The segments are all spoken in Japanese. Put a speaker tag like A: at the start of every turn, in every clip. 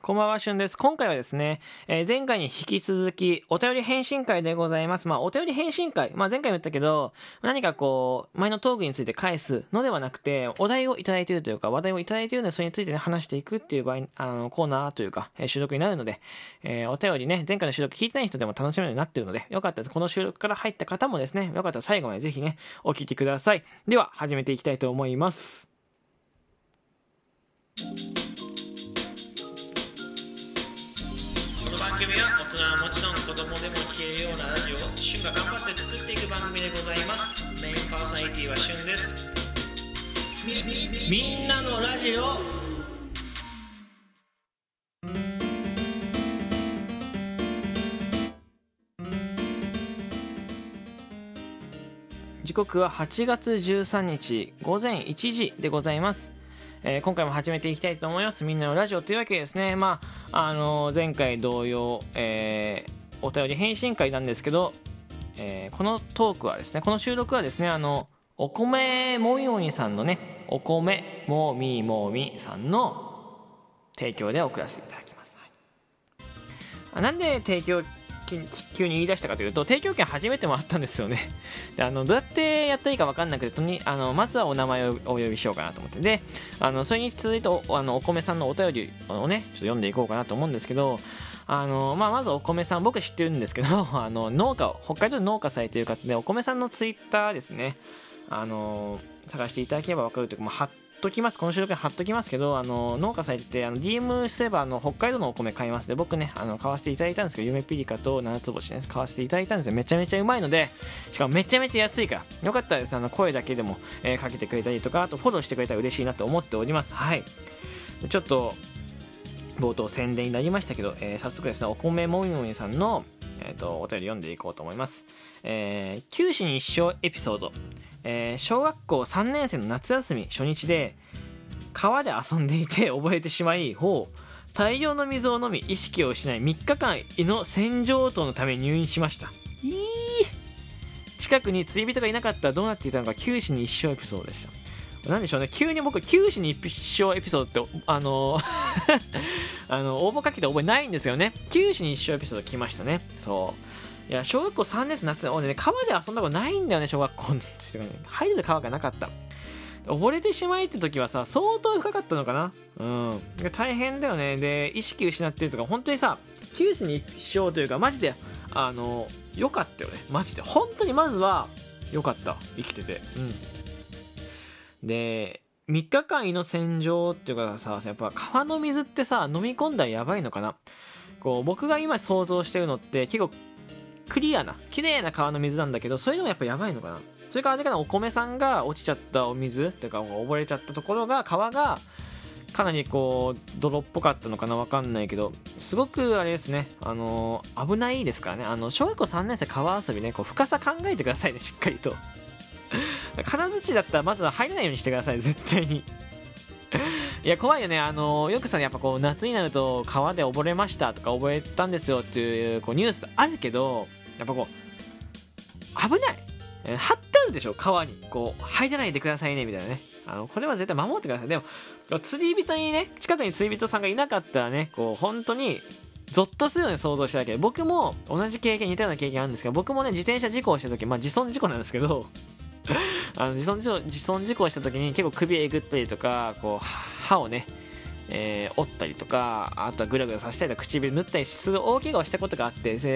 A: こんばんは、しゅんです。今回はですね、前回に引き続き、お便り返信会でございます。お便り返信会、前回も言ったけど、何か前のトークについて返すのではなくて、お題をいただいているというか、話題をいただいているので、それについて、話していくっていう場合、コーナーというか、収録になるので、お便りね、前回の収録聞いてない人でも楽しめるようになっているので、よかったです。この収録から入った方もですね、よかったら最後までぜひね、お聞きください。では、始めていきたいと思います。この番組は大人はもちろん子供でも聞けるようなラジオをシュンが頑張って作っていく番組でございます。メインパーソナリティはシュンです。みんなのラジオ。時刻は8月13日午前1時でございます。今回も始めていきたいと思います。みんなのラジオというわけですね。前回同様、お便り返信会なんですけど、このトークはですね、この収録はですね、お米もみもみさんのね、お米もみもみさんの提供で送らせていただきます。はい、なんで提供急に言い出したかというと、提供権初めてもあったんですよね。でどうやってやったらいいか分かんなくてまずはお名前をお呼びしようかなと思って、でそれに続いてお米さんのお便りをねちょっと読んでいこうかなと思うんですけど、まずお米さん僕知ってるんですけど北海道で農家されている方で、お米さんのツイッターですね、探していただければ分かるというか、貼っときます。この収録に貼っときますけど、農家されててDM すれば北海道のお米買いますで、僕ね買わせていただいたんですけど、夢ピリカと七つ星ね買わせていただいたんですよ。めちゃめちゃうまいので、しかもめちゃめちゃ安いからよかったらですね、声だけでも、かけてくれたりとか、あとフォローしてくれたら嬉しいなと思っております。はい、ちょっと冒頭宣伝になりましたけど、早速ですね、お米もみもみさんのお便り読んでいこうと思います。九死に一生エピソード。小学校3年生の夏休み初日で川で遊んでいて溺れてしまい、大量の水を飲み意識を失い、3日間胃の洗浄等のために入院しました。近くに釣り人がいなかったらどうなっていたのか、九死に一生エピソードでした。なんでしょうね、急に僕九死に一生エピソードって応募かけて覚えないんですよね。九死に一生エピソード来ましたね。いや、小学校3年生夏、俺ね、川で遊んだことないんだよね、小学校の時ね。入れる川がなかった。溺れてしまいって時はさ、相当深かったのかな。大変だよね。で、意識失ってるとか、本当にさ、九死に一生というか、マジで、良かったよね。マジで。本当にまずは、良かった。生きてて。で、3日間胃の洗浄っていうかさ、やっぱ川の水ってさ、飲み込んだらやばいのかな。僕が今想像してるのって結構クリアな綺麗な川の水なんだけど、それでもやっぱやばいのかな。それからあれかな、お米さんが落ちちゃったお水っていうか溺れちゃったところが、川がかなり泥っぽかったのかな、わかんないけど、すごくあれですね、危ないですからね。小学校3年生川遊びね、深さ考えてくださいね、しっかりと。金槌だったらまずは入らないようにしてください、絶対に。いや、怖いよね。よくさ、やっぱ夏になると川で溺れましたとか溺れたんですよっていうニュースあるけど、やっぱ危ない。貼ってあるでしょ、川に。入らないでくださいね、みたいなね。これは絶対守ってください。でも、釣り人にね、近くに釣り人さんがいなかったらね、本当に、ゾッとするように想像しただけで、僕も同じ経験、似たような経験あるんですけど、僕もね、自転車事故をした時、自損事故なんですけど、自損事故をした時に結構首えぐったりとか、歯をね、折ったりとか、あとはグラグラさせたりとか唇縫ったりする大怪我をしたことがあって、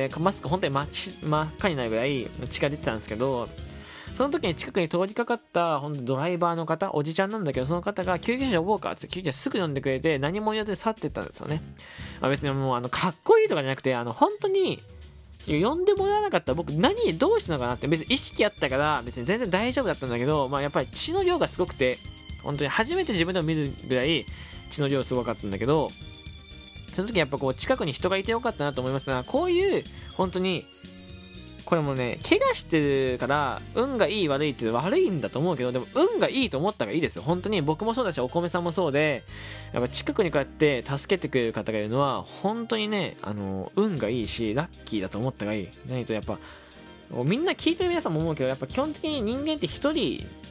A: マスク本当に真っ赤になるぐらい血が出てたんですけど、その時に近くに通りかかった本当ドライバーの方、おじちゃんなんだけど、その方が救急車呼ぼうかって救急車すぐ呼んでくれて、何も言わずに去っていったんですよね。別にもうかっこいいとかじゃなくて、本当に呼んでもらわなかったら僕どうしたのかなって、別に意識あったから別に全然大丈夫だったんだけど、やっぱり血の量がすごくて、本当に初めて自分でも見るぐらい血の量すごかったんだけど、その時やっぱ近くに人がいてよかったなと思いますが、こういう本当にこれもね、怪我してるから運がいい悪いって悪いんだと思うけど、でも運がいいと思ったらいいですよ。本当に僕もそうだし、お米さんもそうで、やっぱ近くにこうやって助けてくれる方がいるのは本当にね、運がいいしラッキーだと思ったらいい。何とやっぱみんな聞いてる皆さんも思うけど、やっぱ基本的に人間って一人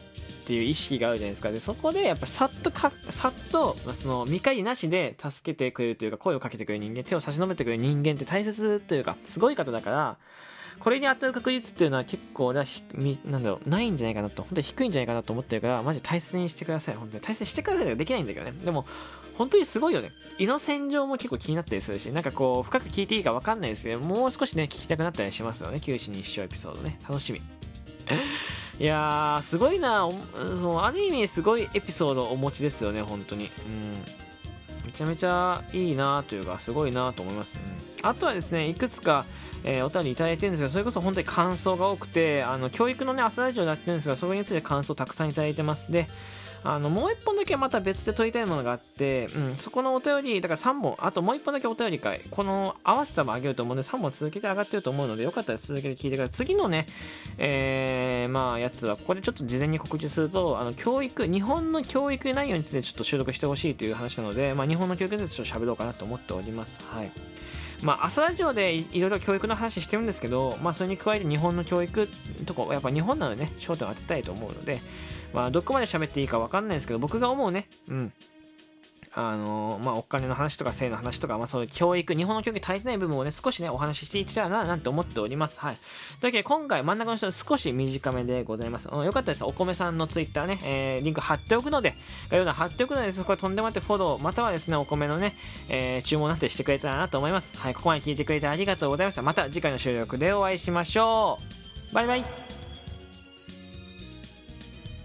A: っていう意識があるじゃないですか。でそこでやっぱさっとその見返りなしで助けてくれるというか、声をかけてくれる人間、手を差し伸べてくれる人間って大切というかすごい方だから、これに当たる確率っていうのは結構ないんじゃないかなと、本当に低いんじゃないかなと思ってるから、マジ大切にしてください。本当に大切にしてくださいができないんだけどね。でも本当にすごいよね。胃の洗浄も結構気になったりするし、なんかこう深く聞いていいか分かんないですけど、もう少しね聞きたくなったりしますよね。九死に一生エピソードね、楽しみ。いやーすごいな、ある意味すごいエピソードをお持ちですよね、本当に。めちゃめちゃいいなというか、すごいなと思います。あとはですね、いくつか、お便りいただいてるんですが、それこそ本当に感想が多くて、教育のね、朝ラジオやってるんですが、それについて感想たくさんいただいてます。で、もう一本だけまた別で撮りたいものがあって、そこのお便り、だから3本、あともう一本だけお便り会、この合わせたもあげると思うので、3本続けて上がってると思うので、よかったら続けて聞いてください。次のね、やつは、ここでちょっと事前に告知すると、日本の教育内容についてちょっと収録してほしいという話なので、日本の教育についてちょっと喋ろうかなと思っております。はい。朝ラジオでいろいろ教育の話してるんですけど、それに加えて日本の教育とか、やっぱ日本なのでね、焦点を当てたいと思うので、どこまで喋っていいか分かんないんですけど、僕が思うね、お金の話とか性の話とか、そういう教育、日本の教育に足りてない部分をね、少しね、お話ししていけたらな、なんて思っております。はい。というわけで、今回真ん中の人は少し短めでございます。よかったです。お米さんのツイッターね、リンク貼っておくので、そこで飛んでもらってフォロー、またはですね、お米のね、注文なんてしてくれたらなと思います。はい。ここまで聞いてくれてありがとうございました。また次回の収録でお会いしましょう。バイバイ。